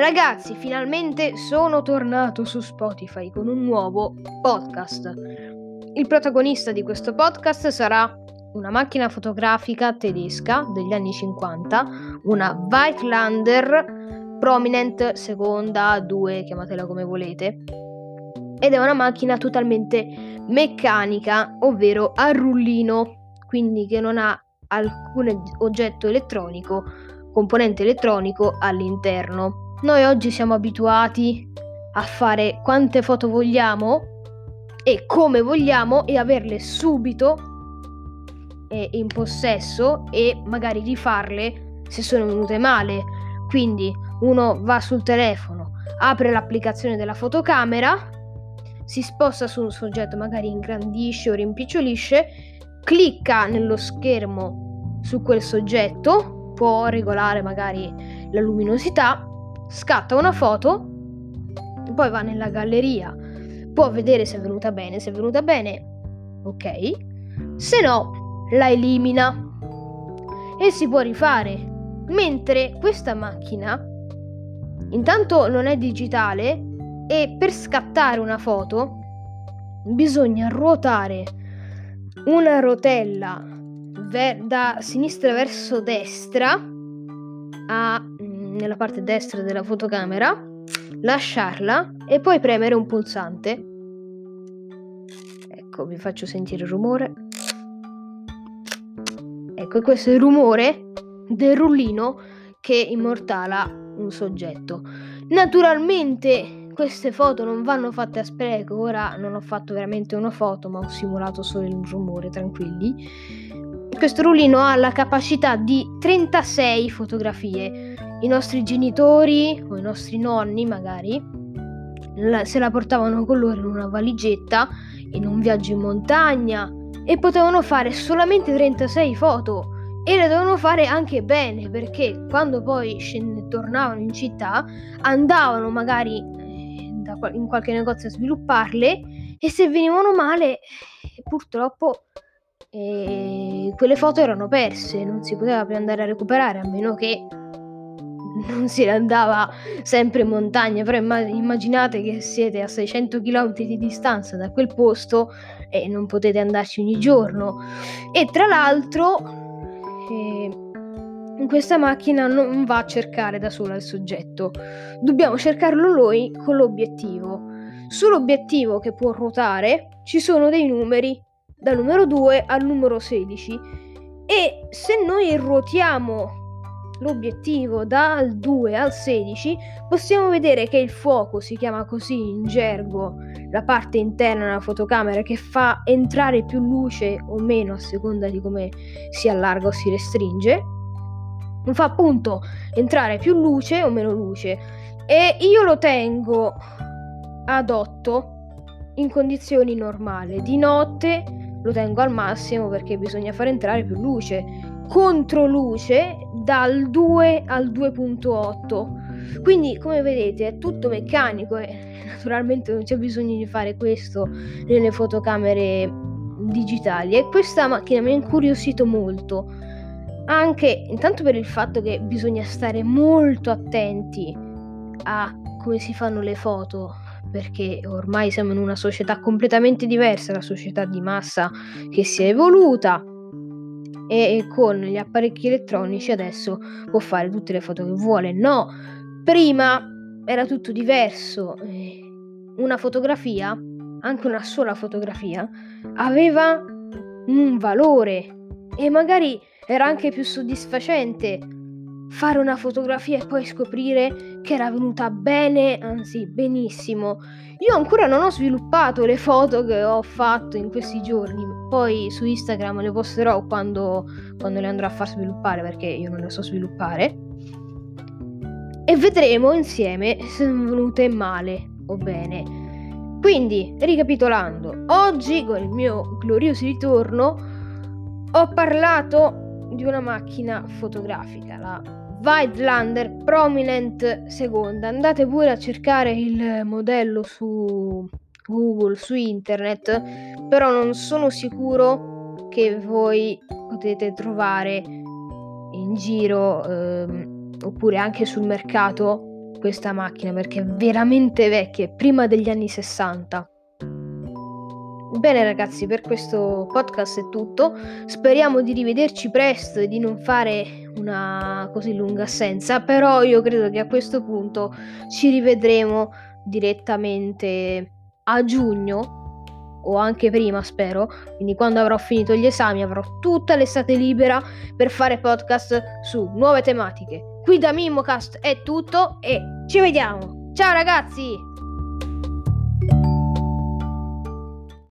Ragazzi, finalmente sono tornato su Spotify con un nuovo podcast. Il protagonista di questo podcast sarà una macchina fotografica tedesca degli anni 50, una Weitlander Prominent seconda, 2, chiamatela come volete, ed è una macchina totalmente meccanica, ovvero a rullino, quindi che non ha alcun oggetto elettronico, componente elettronico all'interno. Noi oggi siamo abituati a fare quante foto vogliamo e come vogliamo e averle subito in possesso e magari rifarle se sono venute male. Quindi uno va sul telefono, apre l'applicazione della fotocamera, si sposta su un soggetto, magari ingrandisce o rimpicciolisce, clicca nello schermo su quel soggetto, può regolare magari la luminosità, scatta una foto, poi va nella galleria, può vedere se è venuta bene, ok, se no la elimina e si può rifare. Mentre questa macchina intanto non è digitale e per scattare una foto bisogna ruotare una rotella da sinistra verso destra nella parte destra della fotocamera, lasciarla e poi premere un pulsante. Ecco, vi faccio sentire il rumore. Ecco, questo è il rumore del rullino che immortala un soggetto. Naturalmente queste foto non vanno fatte a spreco. Ora non ho fatto veramente una foto, ma ho simulato solo il rumore, tranquilli. Questo rullino ha la capacità di 36 fotografie. I nostri genitori o i nostri nonni magari se la portavano con loro in una valigetta in un viaggio in montagna e potevano fare solamente 36 foto e le dovevano fare anche bene, perché quando poi tornavano in città andavano magari in qualche negozio a svilupparle e se venivano male purtroppo quelle foto erano perse, non si poteva più andare a recuperare, a meno che non si andava sempre in montagna. Però immaginate che siete a 600 km di distanza da quel posto e non potete andarci ogni giorno. E tra l'altro questa macchina non va a cercare da sola il soggetto, dobbiamo cercarlo noi con l'obiettivo. Sull'obiettivo, che può ruotare, ci sono dei numeri dal numero 2 al numero 16 e se noi ruotiamo l'obiettivo dal 2 al 16 possiamo vedere che il fuoco, si chiama così in gergo la parte interna della fotocamera che fa entrare più luce o meno a seconda di come si allarga o si restringe, fa appunto entrare più luce o meno luce, e io lo tengo ad 8 in condizioni normali. Di notte lo tengo al massimo perché bisogna far entrare più luce, controluce dal 2 al 2.8. quindi come vedete è tutto meccanico e naturalmente non c'è bisogno di fare questo nelle fotocamere digitali, e questa macchina mi ha incuriosito molto, anche intanto per il fatto che bisogna stare molto attenti a come si fanno le foto, perché ormai siamo in una società completamente diversa, la società di massa che si è evoluta, e con gli apparecchi elettronici adesso può fare tutte le foto che vuole. No, prima era tutto diverso. Una fotografia, anche una sola fotografia, aveva un valore e magari era anche più soddisfacente fare una fotografia e poi scoprire che era venuta bene, anzi benissimo. Io ancora non ho sviluppato le foto che ho fatto in questi giorni, poi su Instagram le posterò quando le andrò a far sviluppare, perché io non le so sviluppare, e vedremo insieme se sono venute male o bene. Quindi, ricapitolando, oggi con il mio glorioso ritorno ho parlato di una macchina fotografica, la Weitlander Prominent seconda. Andate pure a cercare il modello su Google, su internet, però non sono sicuro che voi potete trovare in giro oppure anche sul mercato questa macchina perché è veramente vecchia, è prima degli anni 60. Bene ragazzi, per questo podcast è tutto. Speriamo di rivederci presto e di non fare una così lunga assenza, però io credo che a questo punto ci rivedremo direttamente a giugno o anche prima, spero. Quindi quando avrò finito gli esami avrò tutta l'estate libera per fare podcast su nuove tematiche. Qui da Mimocast è tutto e ci vediamo. Ciao ragazzi!